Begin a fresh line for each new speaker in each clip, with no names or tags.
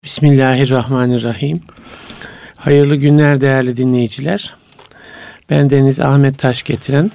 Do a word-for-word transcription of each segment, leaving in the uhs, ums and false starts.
Bismillahirrahmanirrahim. Hayırlı günler değerli dinleyiciler. Ben Deniz Ahmet Taş getiren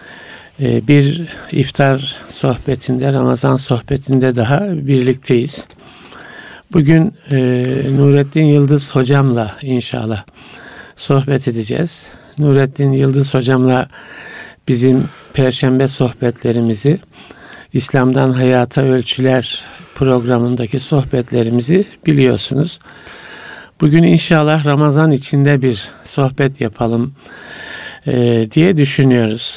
bir iftar sohbetinde, Ramazan sohbetinde daha birlikteyiz. Bugün e, Nurettin Yıldız hocamla inşallah sohbet edeceğiz. Nurettin Yıldız hocamla bizim Perşembe sohbetlerimizi, İslam'dan Hayata Ölçüler programındaki sohbetlerimizi biliyorsunuz. Bugün inşallah Ramazan içinde bir sohbet yapalım e, diye düşünüyoruz.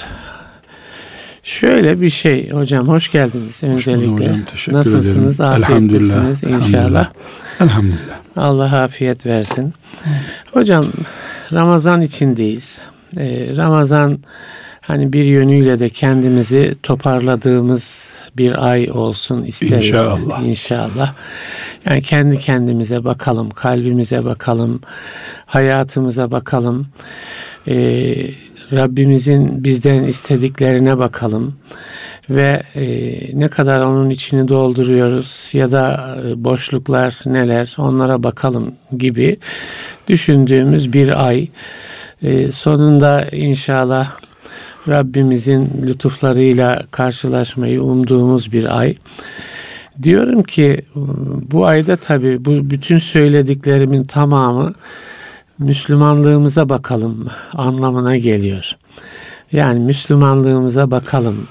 Şöyle bir şey hocam, hoş geldiniz öncelikle.
Hoş hocam, teşekkür
Nasılsınız?
ederim.
Afiyetlisiniz inşallah.
Elhamdülillah.
Allah afiyet versin. Hocam Ramazan içindeyiz. Ee, Ramazan hani bir yönüyle de kendimizi toparladığımız bir ay olsun isteriz.
İnşallah.
İnşallah. Yani kendi kendimize bakalım, kalbimize bakalım, hayatımıza bakalım. Ee, Rabbimizin bizden istediklerine bakalım ve e, ne kadar onun içini dolduruyoruz ya da e, boşluklar neler onlara bakalım gibi düşündüğümüz bir ay. E, sonunda inşallah Rabbimizin lütuflarıyla karşılaşmayı umduğumuz bir ay. Diyorum ki bu ayda tabii bu bütün söylediklerimin tamamı Müslümanlığımıza bakalım anlamına geliyor. Yani Müslümanlığımıza bakalım.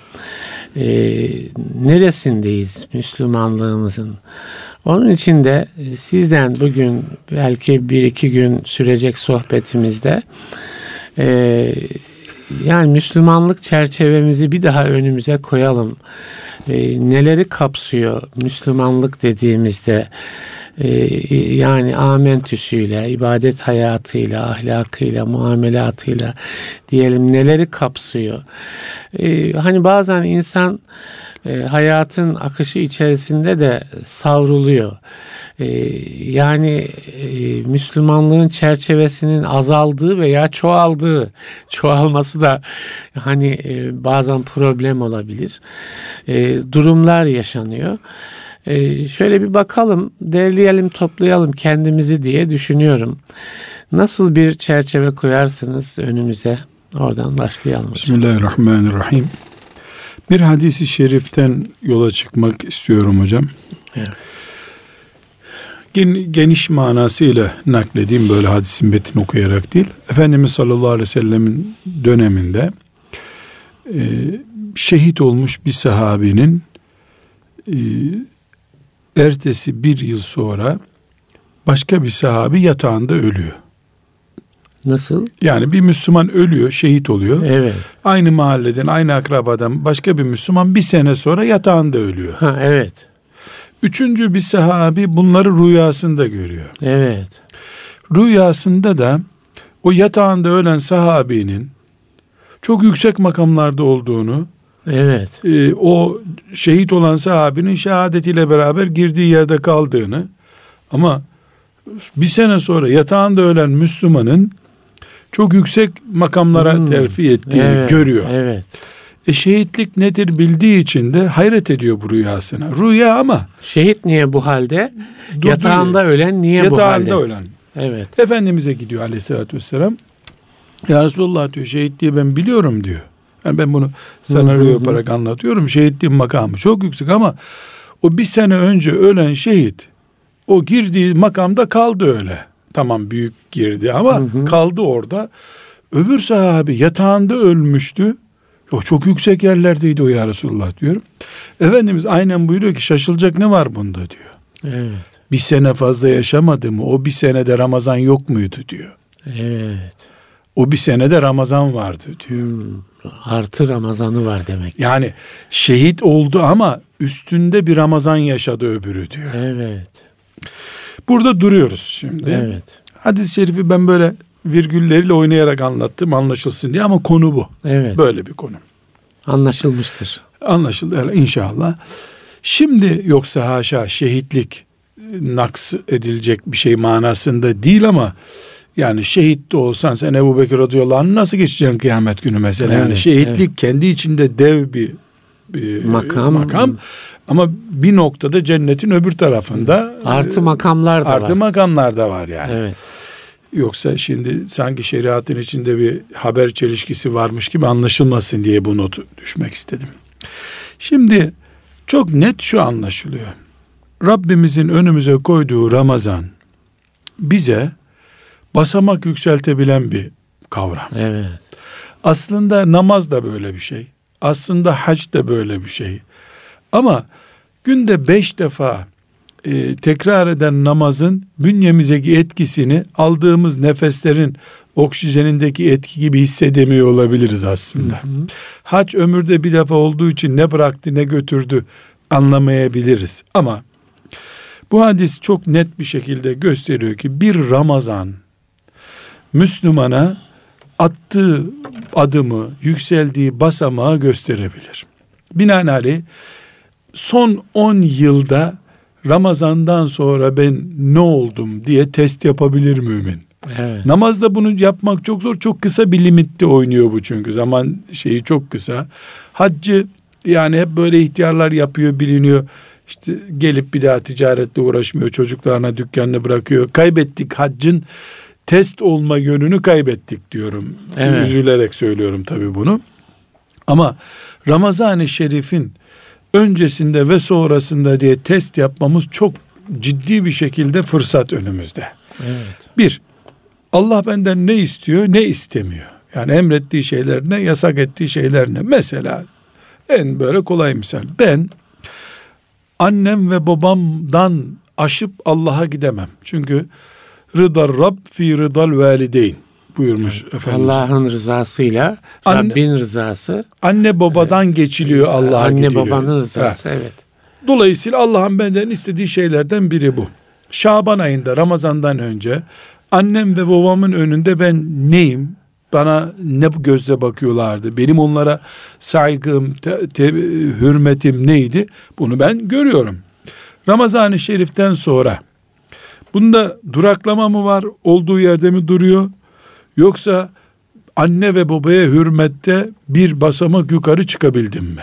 Ee, neresindeyiz Müslümanlığımızın? Onun için de sizden bugün belki bir iki gün sürecek sohbetimizde e, yani Müslümanlık çerçevemizi bir daha önümüze koyalım. E, neleri kapsıyor Müslümanlık dediğimizde? Ee, yani amentüsüyle, ibadet hayatıyla, ahlakıyla, muamelatıyla diyelim neleri kapsıyor. Ee, hani bazen insan e, hayatın akışı içerisinde de savruluyor. Ee, yani e, Müslümanlığın çerçevesinin azaldığı veya çoğaldığı, çoğalması da hani e, bazen problem olabilir. E, durumlar yaşanıyor. Ee, şöyle bir bakalım, derleyelim, toplayalım kendimizi diye düşünüyorum. Nasıl bir çerçeve koyarsınız önümüze? Oradan başlayalım.
Bismillahirrahmanirrahim. Bir hadisi şeriften yola çıkmak istiyorum hocam. Evet. Gen, geniş manasıyla nakledeyim, böyle hadisin metnini okuyarak değil. Efendimiz sallallahu aleyhi ve sellemin döneminde e, şehit olmuş bir sahabinin e, ertesi bir yıl sonra başka bir sahabi yatağında ölüyor.
Nasıl?
Yani bir Müslüman ölüyor, şehit oluyor.
Evet.
Aynı mahalleden, aynı akrabadan başka bir Müslüman bir sene sonra yatağında ölüyor.
Ha, evet.
Üçüncü bir sahabi bunları rüyasında görüyor.
Evet.
Rüyasında da o yatağında ölen sahabinin çok yüksek makamlarda olduğunu,
evet,
e, o şehit olan sahabinin şehadetiyle beraber girdiği yerde kaldığını, ama bir sene sonra yatağında ölen Müslümanın çok yüksek makamlara hmm. terfi ettiğini
evet,
görüyor.
Evet.
E şehitlik nedir bildiği için de hayret ediyor bu rüyasına. Rüya ama.
Şehit niye bu halde? Durdu, yatağında ölen niye bu halde?
Yatağında ölen.
Evet.
Efendimiz'e gidiyor aleyhissalatü vesselam. Ya Resulullah diyor, şehitliği ben biliyorum diyor. Yani ben bunu senaryo yaparak anlatıyorum. Şehitliğin makamı çok yüksek ama o bir sene önce ölen şehit o girdiği makamda kaldı öyle. Tamam, büyük girdi ama hı hı. kaldı orada. Öbür sahabi yatağında ölmüştü. O çok yüksek yerlerdeydi o ya Resulullah diyor. Efendimiz aynen buyuruyor ki şaşılacak ne var bunda diyor.
Evet.
Bir sene fazla yaşamadı mı? O bir senede Ramazan yok muydu diyor.
Evet.
O bir senede Ramazan vardı diyor. Hmm.
Artı Ramazan'ı var demek.
Yani şehit oldu ama üstünde bir Ramazan yaşadı öbürü diyor.
Evet.
Burada duruyoruz şimdi.
Evet.
Hadis-i şerifi ben böyle virgülleriyle oynayarak anlattım anlaşılsın diye, ama konu bu.
Evet.
Böyle bir konu.
Anlaşılmıştır.
Anlaşıldı inşallah. Şimdi yoksa haşa şehitlik naks edilecek bir şey manasında değil, ama yani şehit de olsan sen Ebu Bekir radıyallahu anh nasıl geçeceksin kıyamet günü mesela? Evet, yani şehitlik evet. kendi içinde dev bir, bir makam. makam. Ama bir noktada cennetin öbür tarafında
artı makamlar da
artı
var.
Artı makamlar da var yani.
Evet.
Yoksa şimdi sanki şeriatın içinde bir haber çelişkisi varmış gibi anlaşılmasın diye bu notu düşmek istedim. Şimdi çok net şu anlaşılıyor. Rabbimizin önümüze koyduğu Ramazan bize basamak yükseltebilen bir kavram.
Evet.
Aslında namaz da böyle bir şey. Aslında hac da böyle bir şey. Ama günde beş defa e, tekrar eden namazın bünyemizdeki etkisini aldığımız nefeslerin oksijenindeki etki gibi hissedemiyor olabiliriz aslında. Hı hı. Hac ömürde bir defa olduğu için ne bıraktı ne götürdü anlamayabiliriz. Ama bu hadis çok net bir şekilde gösteriyor ki bir Ramazan Müslümana attığı adımı, yükseldiği basamağı gösterebilir. Binaenaleyh son on yılda Ramazan'dan sonra ben ne oldum diye test yapabilir mümin.
Evet.
Namazda bunu yapmak çok zor. Çok kısa bir limitte oynuyor bu çünkü. Zaman şeyi çok kısa. Haccı yani hep böyle ihtiyarlar yapıyor, biliniyor. İşte gelip bir daha ticaretle uğraşmıyor. Çocuklarına dükkanını bırakıyor. Kaybettik haccın test olma yönünü kaybettik diyorum. Evet. Üzülerek söylüyorum tabii bunu. Ama Ramazan-ı Şerif'in öncesinde ve sonrasında diye test yapmamız çok ciddi bir şekilde fırsat önümüzde.
Evet.
Bir, Allah benden ne istiyor, ne istemiyor? Yani emrettiği şeyler ne, yasak ettiği şeyler ne? Mesela en böyle kolay misal. Ben annem ve babamdan aşıp Allah'a gidemem. Çünkü rıdar Rab fi rıdal valideyn buyurmuş yani, Efendimiz.
Allah'ın rızasıyla anne, Rabbin rızası.
Anne babadan e, geçiliyor, Allah'a
anne
gidiliyor.
Anne babanın rızası, ha. Evet.
Dolayısıyla Allah'ın benden istediği şeylerden biri bu. Şaban ayında, Ramazan'dan önce annem ve babamın önünde ben neyim? Bana ne gözle bakıyorlardı? Benim onlara saygım, te, te, hürmetim neydi? Bunu ben görüyorum. Ramazan-ı Şerif'ten sonra bunda duraklama mı var? Olduğu yerde mi duruyor? Yoksa anne ve babaya hürmette bir basamak yukarı çıkabildim mi?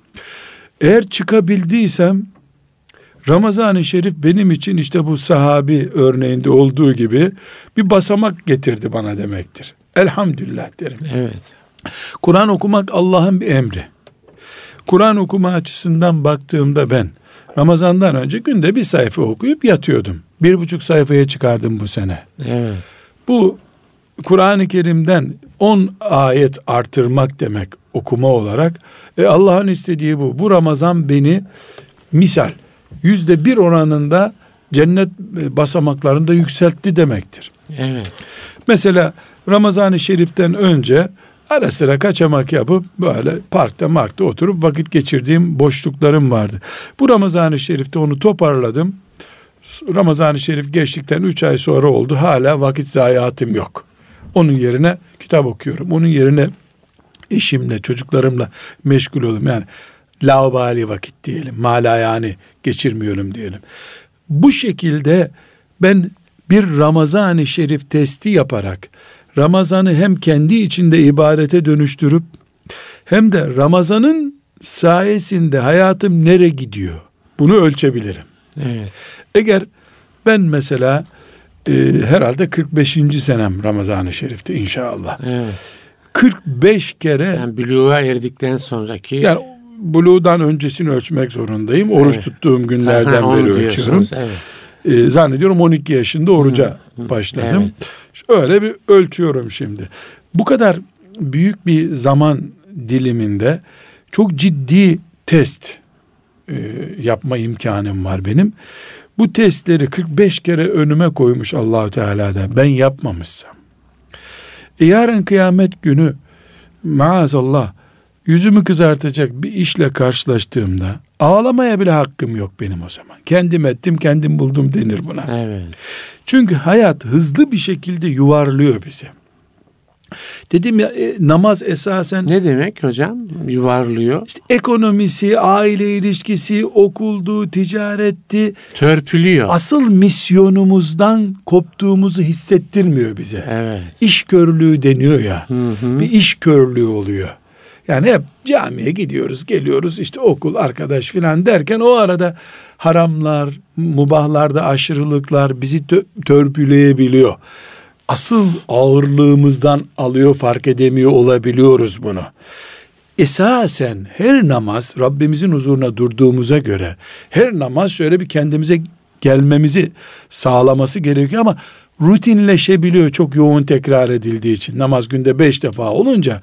Eğer çıkabildiysem Ramazan-ı Şerif benim için işte bu sahabi örneğinde olduğu gibi bir basamak getirdi bana demektir. Elhamdülillah derim.
Evet.
Kur'an okumak Allah'ın bir emri. Kur'an okuma açısından baktığımda ben Ramazan'dan önce günde bir sayfa okuyup yatıyordum. Bir buçuk sayfaya çıkardım bu sene.
Evet.
Bu Kur'an-ı Kerim'den on ayet artırmak demek okuma olarak. E Allah'ın istediği bu. Bu Ramazan beni misal yüzde bir oranında cennet basamaklarında yükseltti demektir.
Evet.
Mesela Ramazan-ı Şerif'ten önce ara sıra kaçamak yapıp böyle parkta markta oturup vakit geçirdiğim boşluklarım vardı. Bu Ramazan-ı Şerif'te onu toparladım. Ramazan-ı Şerif geçtikten üç ay sonra oldu. Hala vakit zayiatım yok. Onun yerine kitap okuyorum. Onun yerine eşimle, çocuklarımla meşgul oluyorum. Yani laubali vakit diyelim. Mala yani geçirmiyorum diyelim. Bu şekilde ben bir Ramazan-ı Şerif testi yaparak Ramazan'ı hem kendi içinde ibadete dönüştürüp hem de Ramazan'ın sayesinde hayatım nereye gidiyor? Bunu ölçebilirim.
Evet.
Eğer ben mesela e, herhalde kırk beşinci senem Ramazan-ı Şerif'te inşallah.
Evet.
kırk beş kere
yani buluğa erdikten sonraki
yani buluğdan öncesini ölçmek zorundayım. Oruç evet. tuttuğum günlerden ha, beri ölçüyorum. Evet. Ee, zannediyorum on iki yaşında oruca hı, başladım. Evet. Öyle bir ölçüyorum şimdi. Bu kadar büyük bir zaman diliminde çok ciddi test e, yapma imkanım var benim. Bu testleri kırk beş kere önüme koymuş Allah-u Teala'da. Ben yapmamışsam. E yarın kıyamet günü maazallah yüzümü kızartacak bir işle karşılaştığımda ağlamaya bile hakkım yok benim o zaman. Kendim ettim, kendim buldum denir buna.
Evet.
Çünkü hayat hızlı bir şekilde yuvarlıyor bizi. Dedim ya e, namaz esasen...
Ne demek hocam? Yuvarlıyor.
İşte ekonomisi, aile ilişkisi, okuldu, ticaretti.
Törpülüyor.
Asıl misyonumuzdan koptuğumuzu hissettirmiyor bize.
Evet.
İş körlüğü deniyor ya.
Hı hı.
Bir iş körlüğü oluyor. Yani hep camiye gidiyoruz, geliyoruz, işte okul, arkadaş filan derken o arada haramlar, mubahlarda aşırılıklar bizi tö- törpüleyebiliyor. Asıl ağırlığımızdan alıyor, fark edemiyor olabiliyoruz bunu. Esasen her namaz Rabbimizin huzuruna durduğumuza göre her namaz şöyle bir kendimize gelmemizi sağlaması gerekiyor ama rutinleşebiliyor çok yoğun tekrar edildiği için. Namaz günde beş defa olunca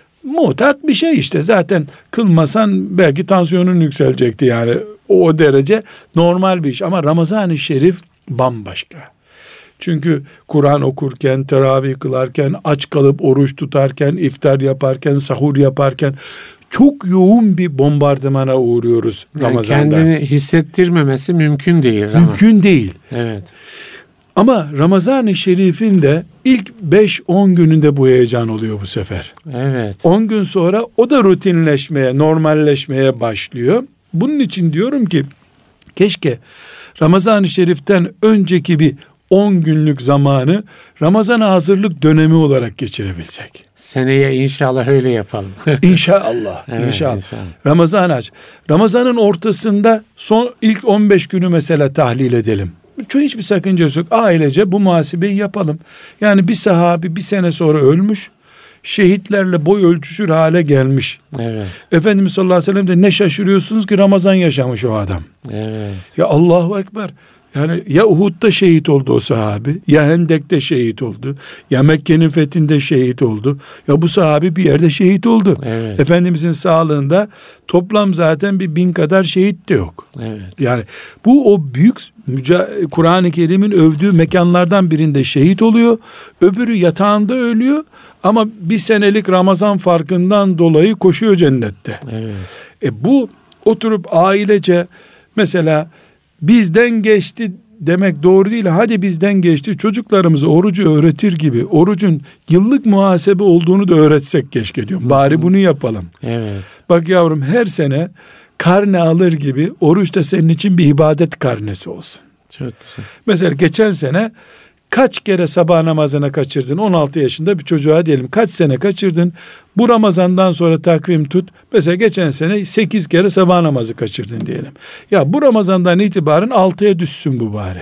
mutat bir şey işte, zaten kılmasan belki tansiyonun yükselecekti, yani o derece normal bir iş. Ama Ramazan-ı Şerif bambaşka. Çünkü Kur'an okurken, teravih kılarken, aç kalıp oruç tutarken, iftar yaparken, sahur yaparken çok yoğun bir bombardımana uğruyoruz yani Ramazan'da.
Kendini hissettirmemesi mümkün değil.
Mümkün ama. değil.
Evet.
Ama Ramazan-ı Şerif'in de ilk beş on gününde bu heyecan oluyor bu sefer.
Evet.
on gün sonra o da rutinleşmeye, normalleşmeye başlıyor. Bunun için diyorum ki keşke Ramazan-ı Şerif'ten önceki bir on günlük zamanı Ramazan'a hazırlık dönemi olarak geçirebilsek.
Seneye inşallah öyle yapalım.
İnşallah.
Evet,
inşallah.
inşallah.
Ramazan aç. Ramazan'ın ortasında son ilk on beş günü mesela tahlil edelim. Çok hiçbir sakıncası yok. Ailece bu muhasebeyi yapalım. Yani bir sahabi bir sene sonra ölmüş. Şehitlerle boy ölçüşür hale gelmiş.
Evet.
Efendimiz sallallahu aleyhi ve sellem de ne şaşırıyorsunuz ki Ramazan yaşamış o adam.
Evet.
Ya Allahu Ekber. Yani ya Uhud'da şehit oldu o sahabi, ya Hendek'te şehit oldu, ya Mekke'nin fethinde şehit oldu. Ya bu sahabi bir yerde şehit oldu.
Evet.
Efendimizin sağlığında toplam zaten bir bin kadar şehit de yok.
Evet.
Yani bu o büyük müca- Kur'an-ı Kerim'in övdüğü mekanlardan birinde şehit oluyor. Öbürü yatağında ölüyor ama bir senelik Ramazan farkından dolayı koşuyor cennette.
Evet.
E bu oturup ailece mesela bizden geçti demek doğru değil. Hadi bizden geçti. Çocuklarımıza orucu öğretir gibi orucun yıllık muhasebe olduğunu da öğretsek keşke diyorum. Bari bunu yapalım.
Evet.
Bak yavrum, her sene karne alır gibi oruç da senin için bir ibadet karnesi olsun.
Çok güzel.
Mesela geçen sene kaç kere sabah namazına kaçırdın? on altı yaşında bir çocuğa diyelim. Kaç sene kaçırdın? Bu Ramazan'dan sonra takvim tut. Mesela geçen sene sekiz kere sabah namazı kaçırdın diyelim. Ya bu Ramazan'dan itibaren altıya düşsün bu bari.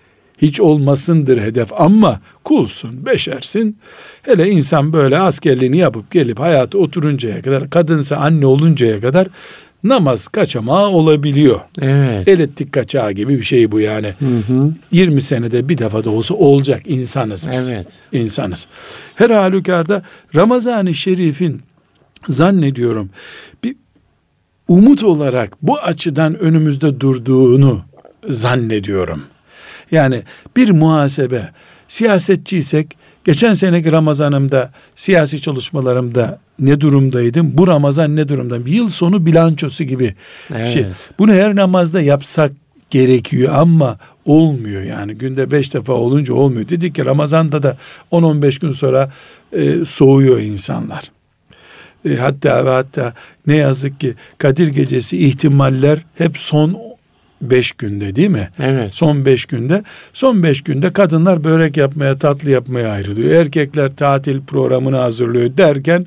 Hiç olmasındır hedef ama kulsun, beşersin. Hele insan böyle askerliğini yapıp gelip hayatı oturuncaya kadar, kadınsa anne oluncaya kadar namaz kaçamağı olabiliyor.
Evet.
Elektrik kaçağı gibi bir şey bu yani.
Hı hı.
yirmi senede bir defa da olsa olacak, insanız biz.
Evet.
İnsanız. Her halükarda Ramazan-ı Şerif'in zannediyorum bir umut olarak bu açıdan önümüzde durduğunu zannediyorum. Yani bir muhasebe, siyasetçiysek geçen seneki Ramazanımda, siyasi çalışmalarımda ne durumdaydım? Bu Ramazan ne durumdayım? Yıl sonu bilançosu gibi
Evet.
şey. Bunu her namazda yapsak gerekiyor ama olmuyor yani. Günde beş defa olunca olmuyor. Dedik ki Ramazan'da da on on beş gün sonra e, soğuyor insanlar. E, hatta ve hatta ne yazık ki Kadir Gecesi ihtimaller hep son beş günde, değil mi?
Evet.
Son beş günde. Son beş günde kadınlar börek yapmaya, tatlı yapmaya ayrılıyor. Erkekler tatil programını hazırlıyor derken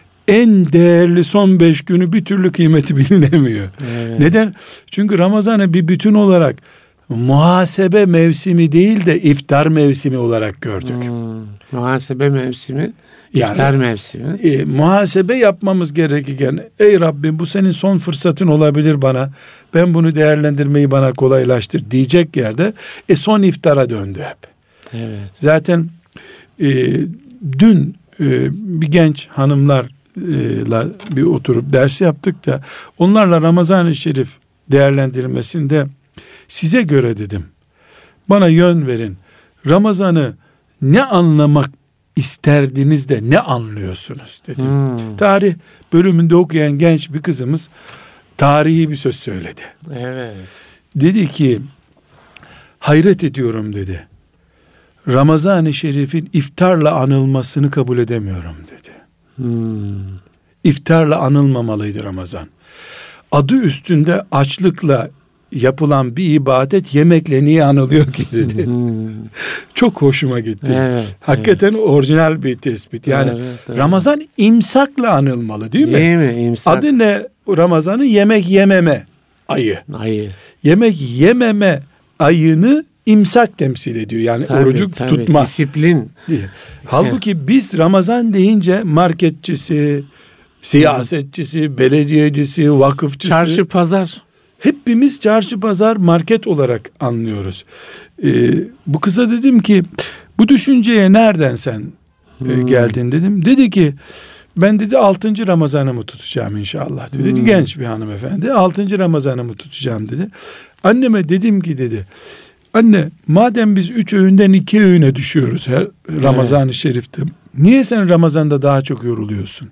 en değerli son beş günü bir türlü kıymeti bilinemiyor.
Evet.
Neden? Çünkü Ramazan'ı bir bütün olarak muhasebe mevsimi değil de iftar mevsimi olarak gördük.
Hmm. Muhasebe mevsimi,
Yani,
iftar mevsimi.
E, muhasebe yapmamız gerekirken ey Rabbim bu senin son fırsatın olabilir bana. Ben bunu değerlendirmeyi bana kolaylaştır diyecek yerde e, son iftara döndü hep.
Evet.
Zaten e, dün e, bir genç hanımlarla bir oturup ders yaptık da onlarla Ramazan-ı Şerif değerlendirmesinde size göre dedim, bana yön verin. Ramazan'ı ne anlamak isterdiniz de ne anlıyorsunuz dedim.
Hmm.
Tarih bölümünde okuyan genç bir kızımız tarihi bir söz söyledi.
Evet.
Dedi ki hayret ediyorum dedi. Ramazan-ı Şerif'in iftarla anılmasını kabul edemiyorum dedi.
Hmm.
İftarla anılmamalıydı Ramazan. Adı üstünde açlıkla yapılan bir ibadet yemekle niye anılıyor ki dedi.
Hmm.
Çok hoşuma gitti.
Evet,
Hakikaten evet. Orijinal bir tespit. Yani evet, evet. Ramazan imsakla anılmalı değil mi?
Değil mi? İmsak.
Adı ne Ramazan'ın? Yemek yememe ayı.
Ayı.
Yemek yememe ayını imsak temsil ediyor. Yani tabii, orucu tabii. tutma.
Disiplin.
Halbuki biz Ramazan deyince marketçisi, siyasetçisi, belediyecisi, vakıfçısı.
Çarşı pazar.
Hepimiz çarşı pazar market olarak anlıyoruz. Ee, bu kıza dedim ki bu düşünceye nereden sen hmm. e, geldin dedim. Dedi ki ben dedi altıncı Ramazan'ımı tutacağım inşallah dedi. Hmm. Genç bir hanımefendi. altıncı Ramazan'ımı tutacağım dedi. Anneme dedim ki dedi. Anne madem biz üç öğünden iki öğüne düşüyoruz her Ramazan-ı Şerif'te. Niye sen Ramazan'da daha çok yoruluyorsun?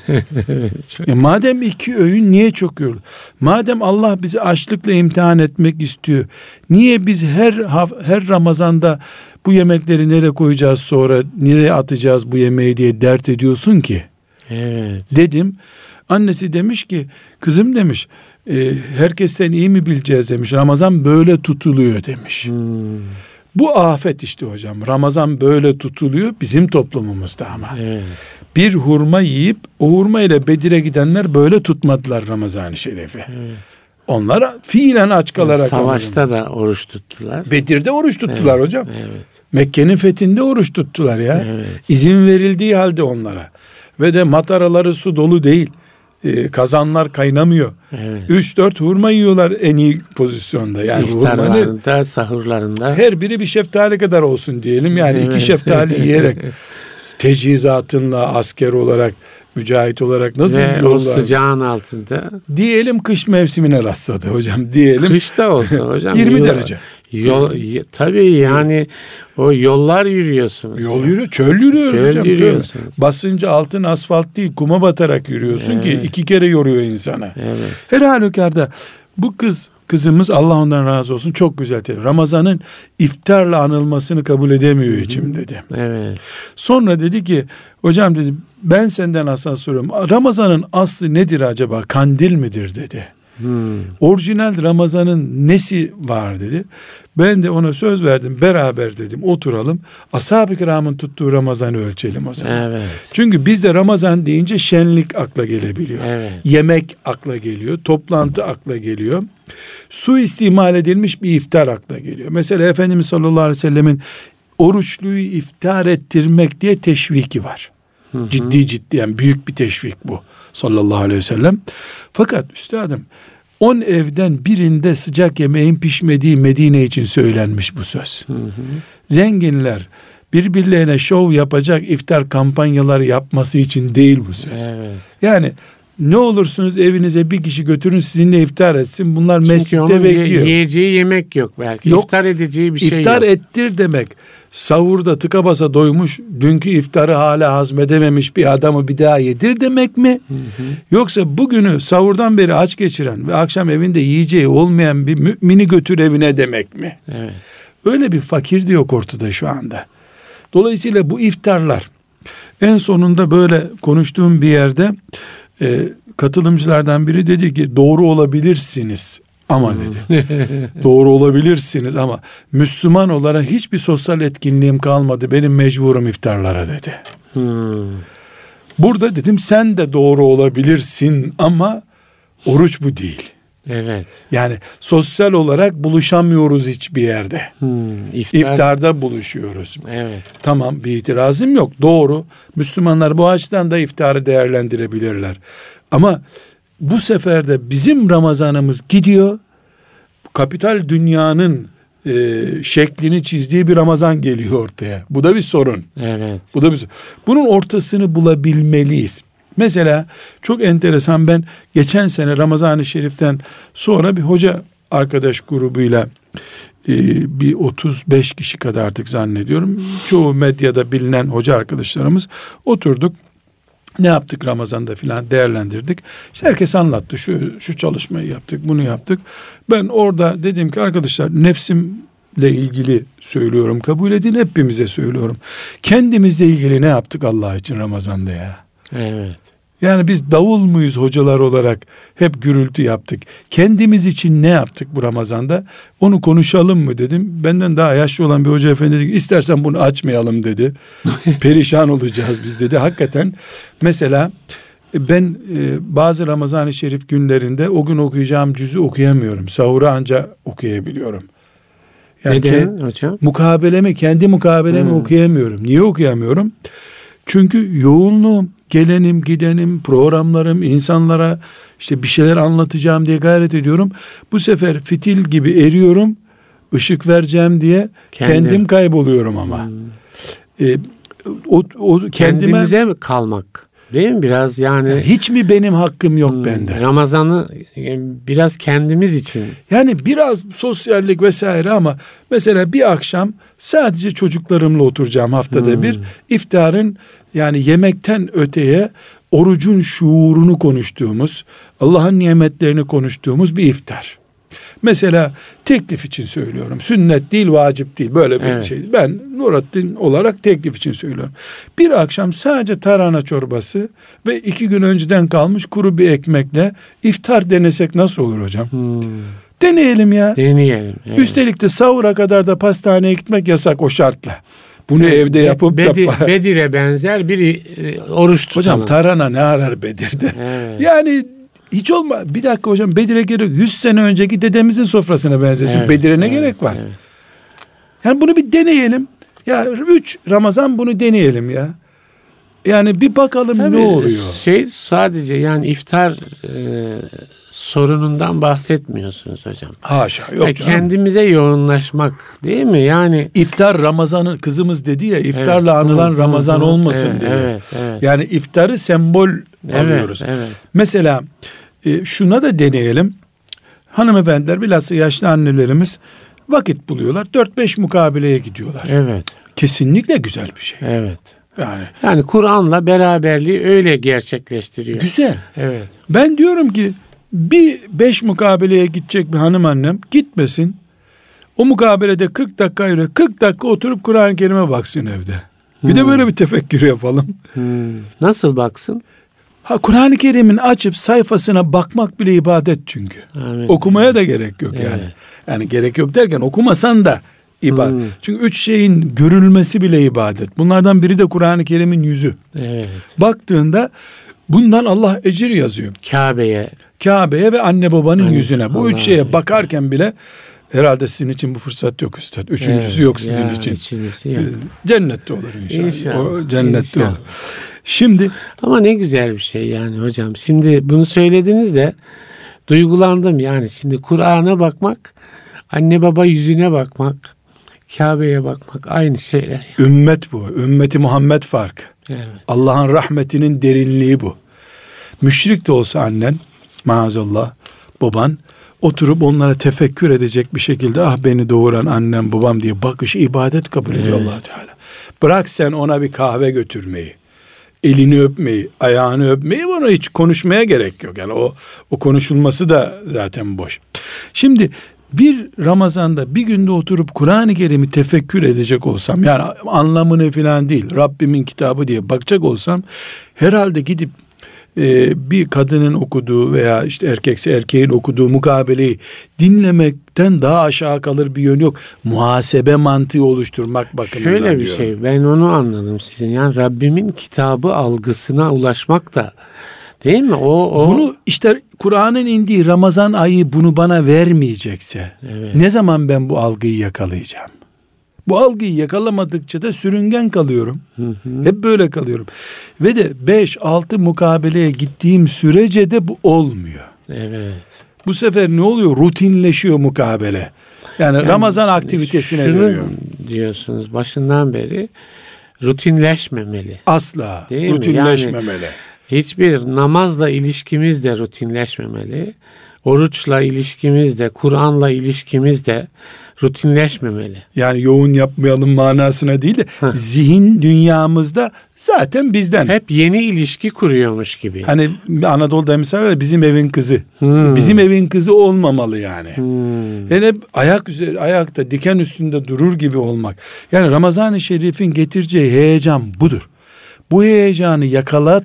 ya madem iki öğün niye çok yoruluyor? Madem Allah bizi açlıkla imtihan etmek istiyor. Niye biz her her Ramazan'da bu yemekleri nereye koyacağız sonra nereye atacağız bu yemeği diye dert ediyorsun ki?
Evet.
Dedim. Annesi demiş ki kızım demiş e, herkesten iyi mi bileceğiz demiş. Ramazan böyle tutuluyor demiş.
Hmm.
Bu afet işte hocam. Ramazan böyle tutuluyor bizim toplumumuzda ama.
Evet.
Bir hurma yiyip o hurma ile Bedir'e gidenler böyle tutmadılar Ramazan-ı Şerif'i. Evet. Onlar fiilen aç kalarak.
Savaşta da oruç tuttular.
Bedir'de oruç tuttular
evet,
hocam.
Evet.
Mekke'nin fethinde oruç tuttular ya.
Evet.
İzin verildiği halde onlara. Ve de mataraları su dolu değil. Ee, kazanlar kaynamıyor.
Evet.
Üç dört hurma yiyorlar en iyi pozisyonda. Yani
İftarlarında, hurmanı, sahurlarında.
Her biri bir şeftali kadar olsun diyelim. Yani evet. iki şeftali yiyerek tecihizatınla asker olarak, mücahit olarak nasıl
ve
yollar?
O sıcağın altında.
Diyelim kış mevsimine rastladı hocam. Diyelim.
Kışta olsa hocam.
yirmi
yol,
derece.
Yol, tabii yani o yollar yürüyorsunuz.
Yol yürüyor, çöl yürüyoruz
çöl
hocam.
Yürüyorsunuz.
Basınca altın asfalt değil, kuma batarak yürüyorsun evet. ki iki kere yoruyor insana.
Evet.
Her halükarda bu kız Kızımız Allah ondan razı olsun çok güzel. Ramazan'ın iftarla anılmasını kabul edemiyor Hı-hı. içim dedi.
Evet.
Sonra dedi ki hocam dedi ben senden hassas soruyorum. Ramazan'ın aslı nedir acaba? Kandil midir dedi.
Hmm.
Orijinal Ramazan'ın nesi var dedi. Ben de ona söz verdim. Beraber dedim oturalım. Ashab-ı kiramın tuttuğu Ramazan'ı ölçelim o zaman.
Evet.
Çünkü bizde Ramazan deyince şenlik akla gelebiliyor.
Evet.
Yemek akla geliyor. Toplantı akla geliyor. Su istimal edilmiş bir iftar akla geliyor. Mesela Efendimiz sallallahu aleyhi ve sellemin oruçluyu iftar ettirmek diye teşviki var. Hı hı. Ciddi ciddi yani büyük bir teşvik bu sallallahu aleyhi ve sellem. Fakat üstadım on evden birinde sıcak yemeğin pişmediği Medine için söylenmiş bu söz.
Hı hı.
Zenginler birbirlerine şov yapacak iftar kampanyaları yapması için değil bu söz.
Evet.
Yani ne olursunuz evinize bir kişi götürün sizinle iftar etsin. Bunlar
Çünkü
mescitte bekliyor.
Yiyeceği yemek yok belki.
Yok,
iftar edeceği bir şey yok.
İftar ettir demek. Sahurda tıka basa doymuş, dünkü iftarı hala hazmedememiş bir adamı bir daha yedir demek mi?
Hı hı.
Yoksa bugünü sahurdan beri aç geçiren ve akşam evinde yiyeceği olmayan bir mümini götür evine demek mi?
Evet.
Öyle bir fakir de yok ortada şu anda. Dolayısıyla bu iftarlar en sonunda böyle konuştuğum bir yerde e, katılımcılardan biri dedi ki doğru olabilirsiniz ama dedi. Doğru olabilirsiniz ama Müslüman olarak hiçbir sosyal etkinliğim kalmadı. Benim mecburum iftarlara dedi.
Hmm.
Burada dedim sen de doğru olabilirsin ama oruç bu değil.
Evet.
Yani sosyal olarak buluşamıyoruz hiçbir yerde.
Hmm, iftar.
İftarda buluşuyoruz.
Evet.
Tamam bir itirazım yok. Doğru. Müslümanlar bu açıdan da iftarı değerlendirebilirler. Ama bu sefer de bizim Ramazanımız gidiyor. Kapital dünyanın e, şeklini çizdiği bir Ramazan geliyor ortaya. Bu da bir sorun.
Evet.
Bu da bir sorun. Bunun ortasını bulabilmeliyiz. Mesela çok enteresan ben geçen sene Ramazan-ı Şerif'ten sonra bir hoca arkadaş grubuyla e, bir otuz beş kişi kadar artık zannediyorum. Çoğu medyada bilinen hoca arkadaşlarımız oturduk. Ne yaptık Ramazan'da filan değerlendirdik. İşte herkes anlattı. Şu, şu çalışmayı yaptık, bunu yaptık. Ben orada dedim ki arkadaşlar nefsimle ilgili söylüyorum. Kabul edin hepimize söylüyorum. Kendimizle ilgili ne yaptık Allah için Ramazan'da ya?
Evet.
Yani biz davul muyuz hocalar olarak hep gürültü yaptık. Kendimiz için ne yaptık bu Ramazan'da? Onu konuşalım mı dedim. Benden daha yaşlı olan bir hoca efendi dedi ki istersen bunu açmayalım dedi. Perişan olacağız biz dedi. Hakikaten mesela ben e, bazı Ramazan-ı Şerif günlerinde o gün okuyacağım cüzü okuyamıyorum. Sahura anca okuyabiliyorum. Yani
neden ke- hocam?
Mukabelemi, kendi mukabelemi hmm. okuyamıyorum. Niye okuyamıyorum? Çünkü yoğunluğum, gelenim, gidenim, programlarım, insanlara işte bir şeyler anlatacağım diye gayret ediyorum. Bu sefer fitil gibi eriyorum, ışık vereceğim diye kendim, kendim kayboluyorum ama. Hmm. Ee, o, o kendime,
kendimize mi kalmak? Değil mi biraz yani?
Hiç mi benim hakkım yok hmm, bende?
Ramazan'ı biraz kendimiz için.
Yani biraz sosyallik vesaire ama mesela bir akşam sadece çocuklarımla oturacağım haftada hmm. bir. İftarın yani yemekten öteye orucun şuurunu konuştuğumuz, Allah'ın nimetlerini konuştuğumuz bir iftar. Mesela teklif için söylüyorum. Sünnet değil, vacip değil. Böyle bir evet. şey. Ben Nurattin olarak teklif için söylüyorum. Bir akşam sadece tarhana çorbası ve iki gün önceden kalmış kuru bir ekmekle iftar denesek nasıl olur hocam? Hmm. Deneyelim ya.
Deneyelim. Evet.
Üstelik de sahura kadar da pastaneye gitmek yasak o şartla. Bunu evet, evde yapıp
Bedir,
da...
Bedir'e benzer bir oruç tutalım.
Hocam tarhana ne arar Bedir'de? Evet. Yani... Hiç olma. Bir dakika hocam, Bedir'e gerek. Yüz sene önceki dedemizin sofrasına benzesin. Evet, Bedir'e ne evet, gerek var? Evet. Yani bunu bir deneyelim. Ya üç Ramazan bunu deneyelim ya. Yani bir bakalım tabii, ne oluyor.
Şey sadece yani iftar e, sorunundan bahsetmiyorsunuz hocam.
Haşa yok
ya
canım.
Kendimize yoğunlaşmak değil mi? Yani
iftar Ramazan'ın kızımız dedi ya iftarla evet, anılan hı, Ramazan hı, olmasın
evet,
diye.
Evet, evet.
Yani iftarı sembol evet, alıyoruz.
Evet.
Mesela e, şuna da deneyelim. Hanımefendiler bilhassa yaşlı annelerimiz vakit buluyorlar. Dört beş mukabeleye gidiyorlar.
Evet.
Kesinlikle güzel bir şey.
Evet.
Yani,
yani Kur'an'la beraberliği öyle gerçekleştiriyor.
Güzel.
Evet.
Ben diyorum ki bir beş mukabeleye gidecek bir hanım annem gitmesin. O mukabelede kırk dakika ayrı, kırk dakika oturup Kur'an-ı Kerim'e baksın evde. Bir hmm. de böyle bir tefekkür yapalım.
Hmm. Nasıl baksın?
Ha Kur'an-ı Kerim'in açıp sayfasına bakmak bile ibadet çünkü. Amin. Okumaya da gerek yok evet. yani. Yani gerek yok derken okumasan da ibadet. Hmm. Çünkü üç şeyin görülmesi bile ibadet. Bunlardan biri de Kur'an-ı Kerim'in yüzü.
Evet.
Baktığında bundan Allah ecir yazıyor.
Kabe'ye.
Kabe'ye ve anne babanın Aynen. yüzüne. Bu Allah üç şeye Allah. bakarken bile herhalde sizin için bu fırsat yok üstad. Üçüncüsü evet, yok sizin ya, için.
Yok.
Cennette olur inşallah. inşallah. O cennette inşallah. olur. Şimdi
ama ne güzel bir şey yani hocam. Şimdi bunu söylediniz de duygulandım yani. Şimdi Kur'an'a bakmak, anne baba yüzüne bakmak, Kabe'ye bakmak aynı şeyler. Yani.
Ümmet bu. Ümmeti Muhammed farkı.
Evet.
Allah'ın rahmetinin derinliği bu. Müşrik de olsa annen, maazallah, baban oturup onlara tefekkür edecek bir şekilde ah beni doğuran annem babam diye bakışı ibadet kabul ediyor evet. Allah Teala. Bırak sen ona bir kahve götürmeyi, elini öpmeyi, ayağını öpmeyi, bunu hiç konuşmaya gerek yok. Yani o o konuşulması da zaten boş. Şimdi bir Ramazan'da bir günde oturup Kur'an-ı Kerim'i tefekkür edecek olsam, yani anlamını falan değil, Rabbimin kitabı diye bakacak olsam, herhalde gidip e, bir kadının okuduğu veya işte erkekse erkeğin okuduğu mukabeleyi dinlemekten daha aşağı kalır bir yön yok. Muhasebe mantığı oluşturmak bakımından diyorum.
Şöyle bir şey, ben onu anladım sizin. Yani Rabbimin kitabı algısına ulaşmak da değil mi? O, o...
Bunu işte Kur'an'ın indiği Ramazan ayı bunu bana vermeyecekse evet. ne zaman ben bu algıyı yakalayacağım? Bu algıyı yakalamadıkça da sürüngen kalıyorum. Hı hı. Hep böyle kalıyorum. Ve de beş altı mukabeleye gittiğim sürece de bu olmuyor.
Evet.
Bu sefer ne oluyor? Rutinleşiyor mukabele. Yani, yani Ramazan aktivitesine dönüyor.
Diyorsunuz başından beri rutinleşmemeli.
Asla. Değil rutinleşmemeli.
Yani hiçbir namazla ilişkimiz de rutinleşmemeli. Oruçla ilişkimiz de, Kur'an'la ilişkimiz de rutinleşmemeli. Yani
yoğun yapmayalım manasına değil de Heh. zihin dünyamızda zaten bizden.
Hep yeni ilişki kuruyormuş gibi.
Hani Anadolu'da misal var, bizim evin kızı. Hmm. Bizim evin kızı olmamalı yani. Hmm. Yani hep ayak üzeri, ayakta diken üstünde durur gibi olmak. Yani Ramazan-ı Şerif'in getireceği heyecan budur. Bu heyecanı yakalat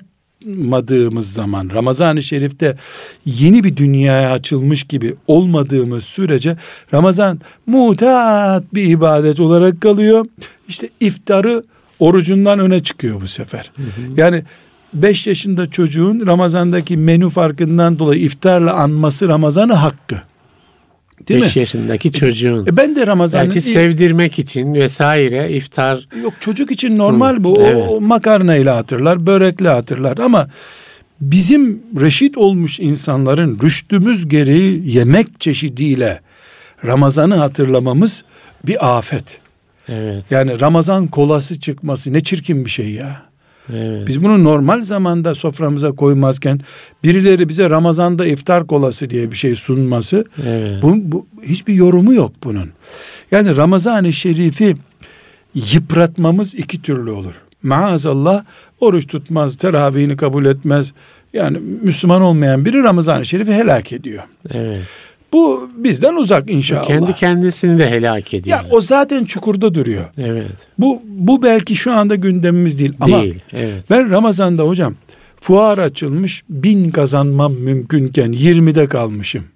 yapmadığımız zaman, Ramazan-ı Şerif'te yeni bir dünyaya açılmış gibi olmadığımız sürece Ramazan mutat bir ibadet olarak kalıyor. İşte iftarı orucundan öne çıkıyor bu sefer. Hı hı. Yani beş yaşında çocuğun Ramazan'daki menü farkından dolayı iftarla anması Ramazan'ı hakkı. Değil beş
mi? yaşındaki çocuğun.
E ben de Ramazan'ı
belki sevdirmek için vesaire iftar.
Yok, çocuk için normal Hı, bu. Evet. O, o makarnayla hatırlar, börekle hatırlar ama bizim reşit olmuş insanların rüştümüz gereği yemek çeşidiyle Ramazan'ı hatırlamamız bir afet.
Evet.
Yani Ramazan kolası çıkması ne çirkin bir şey ya.
Evet.
Biz bunu normal zamanda soframıza koymazken birileri bize Ramazan'da iftar kolası diye bir şey sunması,
evet.
bu, bu hiçbir yorumu yok bunun. Yani Ramazan-ı Şerif'i yıpratmamız iki türlü olur. Maazallah oruç tutmaz, teravihini kabul etmez. Yani Müslüman olmayan biri Ramazan-ı Şerif'i helak ediyor.
Evet.
Bu bizden uzak inşallah.
Kendi kendisini de helak ediyor.
Ya o zaten çukurda duruyor.
Evet.
Bu bu belki şu anda gündemimiz değil. Ama
değil, evet.
Ben Ramazan'da hocam fuar açılmış, bin kazanmam mümkünken yirmide kalmışım.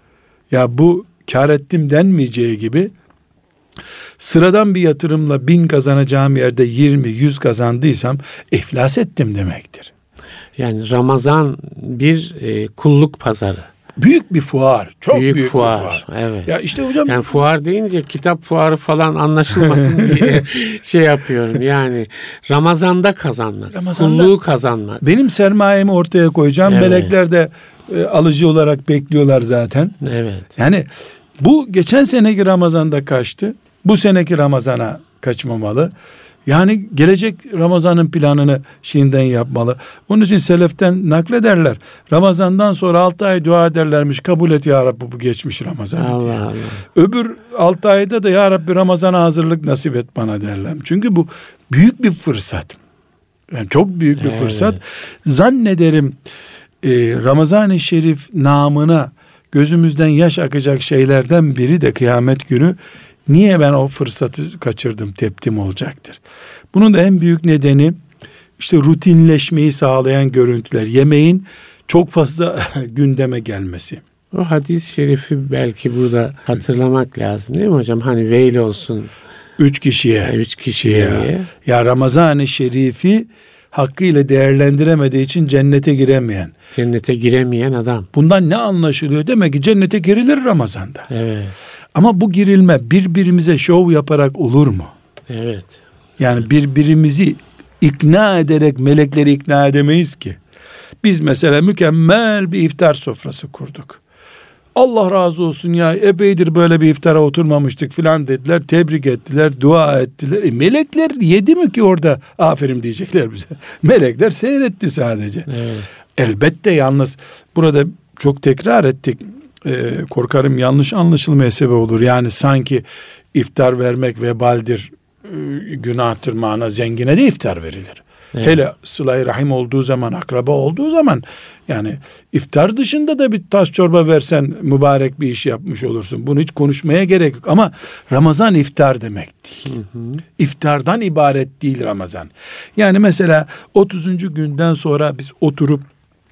Ya bu kar ettim denmeyeceği gibi sıradan bir yatırımla bin kazanacağım yerde yirmi, yüz kazandıysam iflas ettim demektir.
Yani Ramazan bir e, kulluk pazarı.
Büyük bir fuar. Çok büyük, büyük
fuar.
bir fuar.
Evet.
Ya işte hocam.
Yani fuar deyince kitap fuarı falan anlaşılmasın diye şey yapıyorum. Yani Ramazan'da kazanmak. Ramazan'da, kulluğu kazanmak.
Benim sermayemi ortaya koyacağım. Evet. Melekler de e, alıcı olarak bekliyorlar zaten.
Evet.
Yani bu geçen seneki Ramazan'da kaçtı. Bu seneki Ramazan'a kaçmamalı. Yani gelecek Ramazan'ın planını şimdiden yapmalı. Onun için seleften naklederler. Ramazan'dan sonra altı ay dua ederlermiş. Kabul et ya Rabbi bu geçmiş Ramazan'ı
Allah
diye.
Allah.
Öbür altı ayda da ya Rabbi Ramazan'a hazırlık nasip et bana derler. Çünkü bu büyük bir fırsat. Yani çok büyük bir evet. fırsat. Zannederim e, Ramazan-ı Şerif namına gözümüzden yaş akacak şeylerden biri de kıyamet günü niye ben o fırsatı kaçırdım teptim olacaktır. Bunun da en büyük nedeni işte rutinleşmeyi sağlayan görüntüler. Yemeğin çok fazla gündeme gelmesi.
O hadis-i şerifi belki burada hatırlamak lazım değil mi hocam? Hani veil olsun.
Üç kişiye.
Ya, üç kişiye.
Ya, ya Ramazan-ı Şerif'i hakkıyla değerlendiremediği için cennete giremeyen.
Cennete giremeyen adam.
Bundan ne anlaşılıyor? Demek ki cennete girilir Ramazan'da.
Evet.
Ama bu girilme birbirimize şov yaparak olur mu?
Evet.
Yani birbirimizi ikna ederek melekleri ikna edemeyiz ki. Biz mesela mükemmel bir iftar sofrası kurduk. Allah razı olsun ya epeydir böyle bir iftara oturmamıştık filan dediler. Tebrik ettiler, dua ettiler. E melekler yedi mi ki orada aferin diyecekler bize. Melekler seyretti sadece.
Evet.
Elbette yalnız burada çok tekrar ettik. Ee, korkarım yanlış anlaşılmaya sebep olur. Yani sanki iftar vermek vebaldir, e, günahtır mana zengine de iftar verilir. Evet. Hele sıla-i rahim olduğu zaman, akraba olduğu zaman yani iftar dışında da bir tas çorba versen mübarek bir iş yapmış olursun. Bunu hiç konuşmaya gerek yok. Ama Ramazan iftar demek değil. Hı hı. İftardan ibaret değil Ramazan. Yani mesela otuzuncu günden sonra biz oturup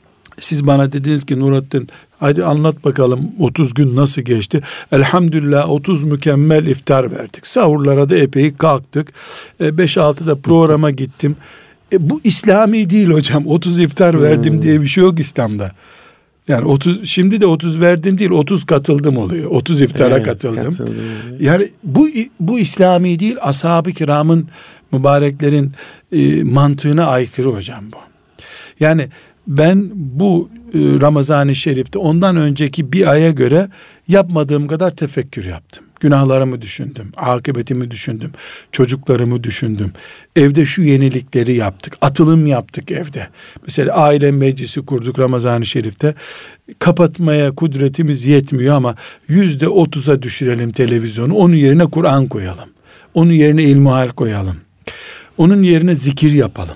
siz bana dediniz ki Nurattin hadi anlat bakalım otuz gün nasıl geçti? Elhamdülillah otuz mükemmel iftar verdik. Sahurlara da epey kalktık. beş altıda programa gittim. E, bu İslami değil hocam. otuz iftar verdim hmm. diye bir şey yok İslam'da. Yani otuz şimdi de otuz verdim değil otuz katıldım oluyor. otuz iftara evet, katıldım. katıldım. Yani bu bu İslami değil, ashab-ı kiramın mübareklerin e, mantığına aykırı hocam bu. Yani ben bu e, Ramazan-ı Şerif'te ondan önceki bir aya göre yapmadığım kadar tefekkür yaptım. Günahlarımı düşündüm, akıbetimi düşündüm, çocuklarımı düşündüm. Evde şu yenilikleri yaptık, atılım yaptık evde. Mesela aile meclisi kurduk Ramazan-ı Şerif'te. Kapatmaya kudretimiz yetmiyor ama yüzde otuza düşürelim televizyonu. Onun yerine Kur'an koyalım. Onun yerine ilmihal koyalım. Onun yerine zikir yapalım.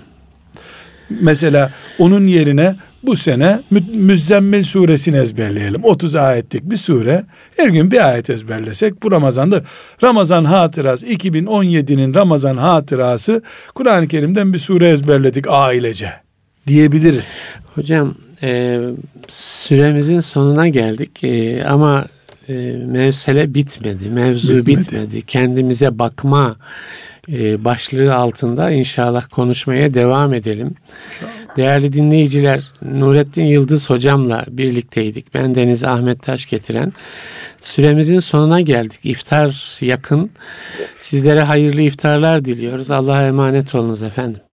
Mesela onun yerine bu sene Müzzemmil suresini ezberleyelim. otuz ayetlik bir sure. Her gün bir ayet ezberlesek bu Ramazan'da Ramazan hatırası iki bin on yedinin Ramazan hatırası Kur'an-ı Kerim'den bir sure ezberledik ailece. diyebiliriz.
Hocam e, süremizin sonuna geldik e, ama e, mevsele bitmedi, mevzu bitmedi. bitmedi. Kendimize bakma e, başlığı altında inşallah konuşmaya devam edelim. İnşallah. Değerli dinleyiciler, Nurettin Yıldız hocamla birlikteydik. Ben Deniz Ahmet Taş getiren. Süremizin sonuna geldik. İftar yakın. Sizlere hayırlı iftarlar diliyoruz. Allah'a emanet olunuz efendim.